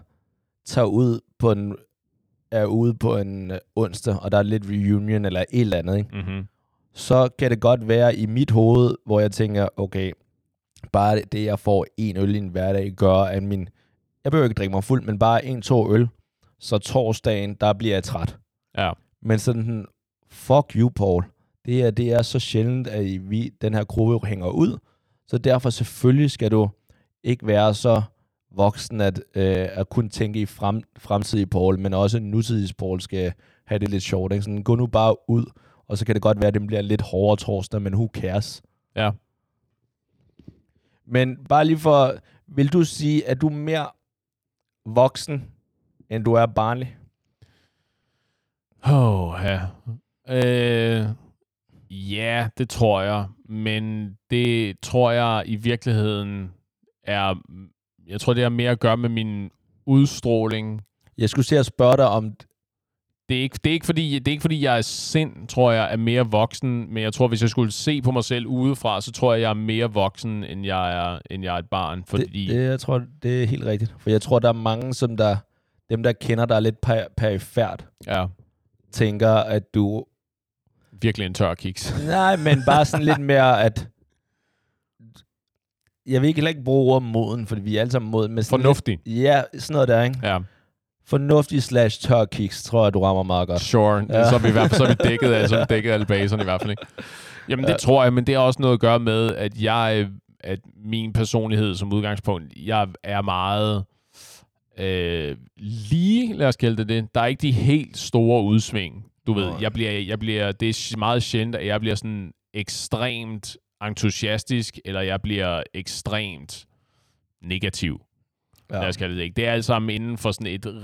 er ude på en onsdag, og der er lidt reunion eller et eller andet, ikke? Mm-hmm. Så kan det godt være i mit hoved, hvor jeg tænker, okay, bare det, jeg får en øl i en hverdag, gør, at jeg behøver ikke drikke mig fuld, men bare 1-2 øl, så torsdagen, der bliver jeg træt. Ja. Men sådan, fuck you, Paul. Det er så sjældent, at den her gruppe hænger ud, så derfor selvfølgelig skal du ikke være så voksen at kun tænke i fremtidig Paul, men også nutidig Paul skal have det lidt sjovt. Ikke? Sådan, gå nu bare ud, og så kan det godt være, at det bliver lidt hårdere torsdag, men who cares? Ja. Men bare lige vil du sige, at du er mere voksen, end du er barnlig? Ja. Ja, det tror jeg. Men det tror jeg i virkeligheden jeg tror, det har mere at gøre med min udstråling. Jeg skulle se at spørge dig om... Det er ikke fordi jeg er tror jeg, er mere voksen, men jeg tror, hvis jeg skulle se på mig selv udefra, så tror jeg er mere voksen, end jeg er et barn. Fordi... Jeg tror, det er helt rigtigt. For jeg tror, der er mange, dem der kender dig lidt perifært, tænker, at du... Virkelig en tør kiks. Nej, men bare sådan lidt mere, at... Jeg vil heller ikke bruge ordet moden, fordi vi er alle sammen moden. Fornuftig. Ja, sådan noget der, ikke? Ja. Fornuftig / tør kiks, tror jeg, du rammer meget godt. Sure. Ja. Så er vi dækket alle baserne i hvert fald, ikke? Jamen, det tror jeg, men det har også noget at gøre med, at min personlighed som udgangspunkt, jeg er meget lige, lad os kalde det. Der er ikke de helt store udsving. Du ved, det er meget sjældent, at jeg bliver sådan ekstremt entusiastisk, eller jeg bliver ekstremt negativ. Ja. Lad os kalde det ikke. Det er alt sammen inden for sådan et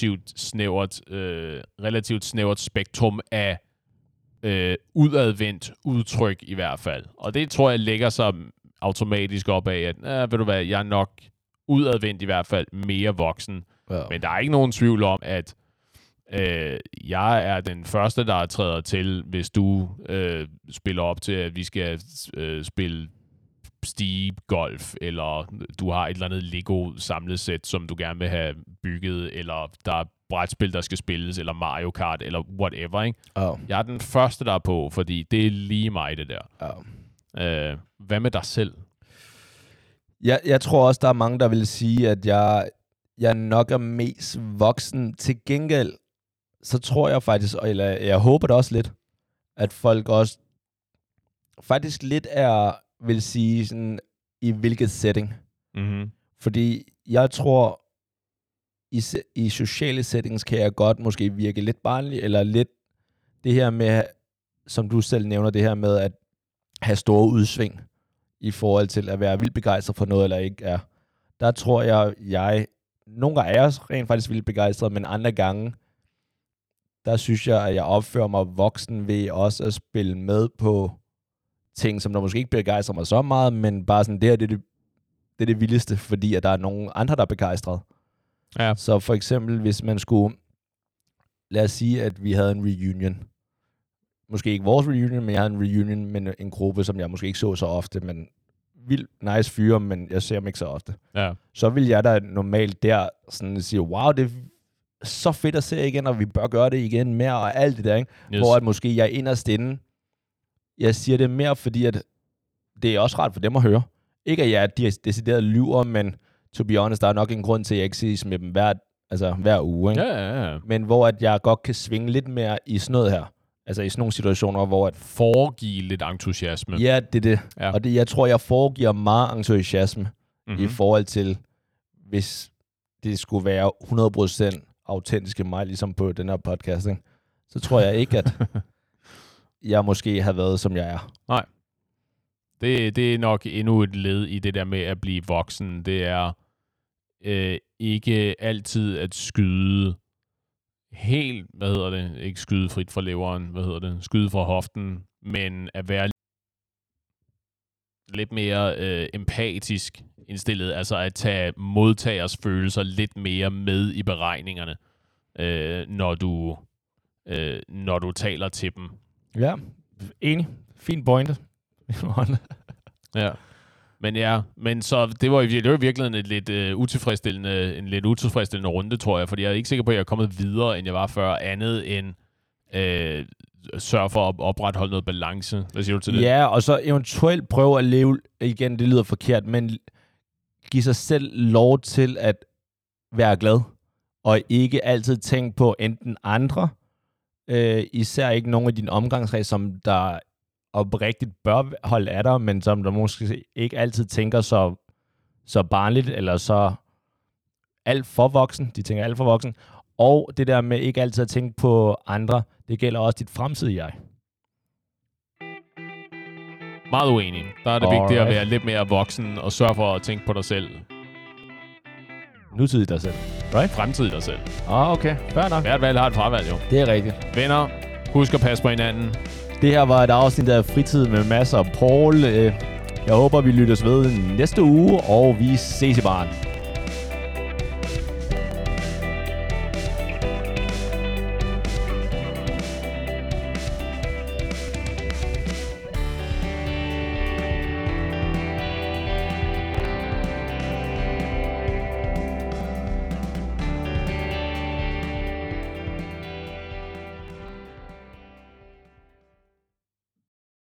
relativt snævert spektrum af udadvendt udtryk i hvert fald. Og det tror jeg lægger sig automatisk op af, at ved du hvad, jeg er nok udadvendt i hvert fald mere voksen. Ja. Men der er ikke nogen tvivl om, at jeg er den første, der træder til, hvis du spiller op til, at vi skal spille stige-golf, eller du har et eller andet Lego-samlesæt, som du gerne vil have bygget, eller der er brætspil, der skal spilles, eller Mario Kart, eller whatever, ikke? Jeg er den første, der er på, fordi det er lige mig, det der. Hvad med dig selv? Jeg tror også, der er mange, der vil sige, at jeg nok er mest voksen. Til gengæld, så tror jeg faktisk, eller jeg håber det også lidt, at folk også faktisk lidt vil sige sådan, i hvilket setting. Mm-hmm. Fordi jeg tror, i sociale settings kan jeg godt måske virke lidt barnlig, eller lidt det her med, som du selv nævner, det her med at have store udsving i forhold til at være vildt begejstret for noget, eller ikke er. Der tror jeg nogle gange er jeg rent faktisk vildt begejstret, men andre gange, der synes jeg, at jeg opfører mig voksen ved også at spille med på ting, som der måske ikke begejstrer mig så meget, men bare sådan, det her, det er det vildeste, fordi at der er nogen andre, der er begejstret. Ja. Så for eksempel, hvis man skulle, lad os sige, at vi havde en reunion måske ikke vores reunion, men jeg havde en reunion med en gruppe, som jeg måske ikke så ofte, men vildt nice fyre, men jeg ser dem ikke så ofte. Ja. Så vil jeg da normalt der sådan sige, wow, det er så fedt at se igen, og vi bør gøre det igen mere, og alt det der, ikke? Yes. Hvor at måske jeg inderst inde, jeg siger det mere, fordi at det er også rart for dem at høre. Ikke at jeg decideret lyver, men to be honest, der er nok en grund til, at jeg ikke ses med dem hver uge. Ikke? Ja. Men hvor at jeg godt kan svinge lidt mere i sådan noget her. Altså i sådan nogle situationer, hvor at foregive lidt entusiasme. Ja, det er det. Ja. Og jeg tror, jeg foregiver meget entusiasme i forhold til, hvis det skulle være 100% autentiske mig, ligesom på den her podcast, ikke? Så tror jeg ikke, at jeg måske har været, som jeg er. Nej. Det er nok endnu et led i det der med at blive voksen. Det er ikke altid at skyde helt, ikke skyde frit fra leveren, skyde fra hoften, men at være lidt mere empatisk indstillet, altså at tage modtagers følelser lidt mere med i beregningerne, når du taler til dem. Ja, enig. Fin pointe. Ja. Men så det var virkelig en lidt utilfredsstillende runde, tror jeg, fordi jeg er ikke sikker på, at jeg er kommet videre, end jeg var før, andet end sørge for at opretholde noget balance. Hvad siger du til det? Ja, og så eventuelt prøve at leve, igen, det lyder forkert, men give sig selv lov til at være glad, og ikke altid tænke på enten andre, især ikke nogen af dine omgangskreds, som der oprigtigt bør holde af dig, men som der måske ikke altid tænker så barnligt, eller så alt for voksen. De tænker alt for voksen. Og det der med ikke altid at tænke på andre, det gælder også dit fremtidige jeg. Meget uenig. Der er det vigtigt at være lidt mere voksen og sørge for at tænke på dig selv. Nutidig dig selv. Right? Fremtidig dig selv. Okay. Fair nok. Hvert valg har et fravalg, jo. Det er rigtigt. Venner, husk at passe på hinanden. Det her var et afsnit af Fritid med Mads og Paul. Jeg håber, vi lyttes ved næste uge, og vi ses i baren.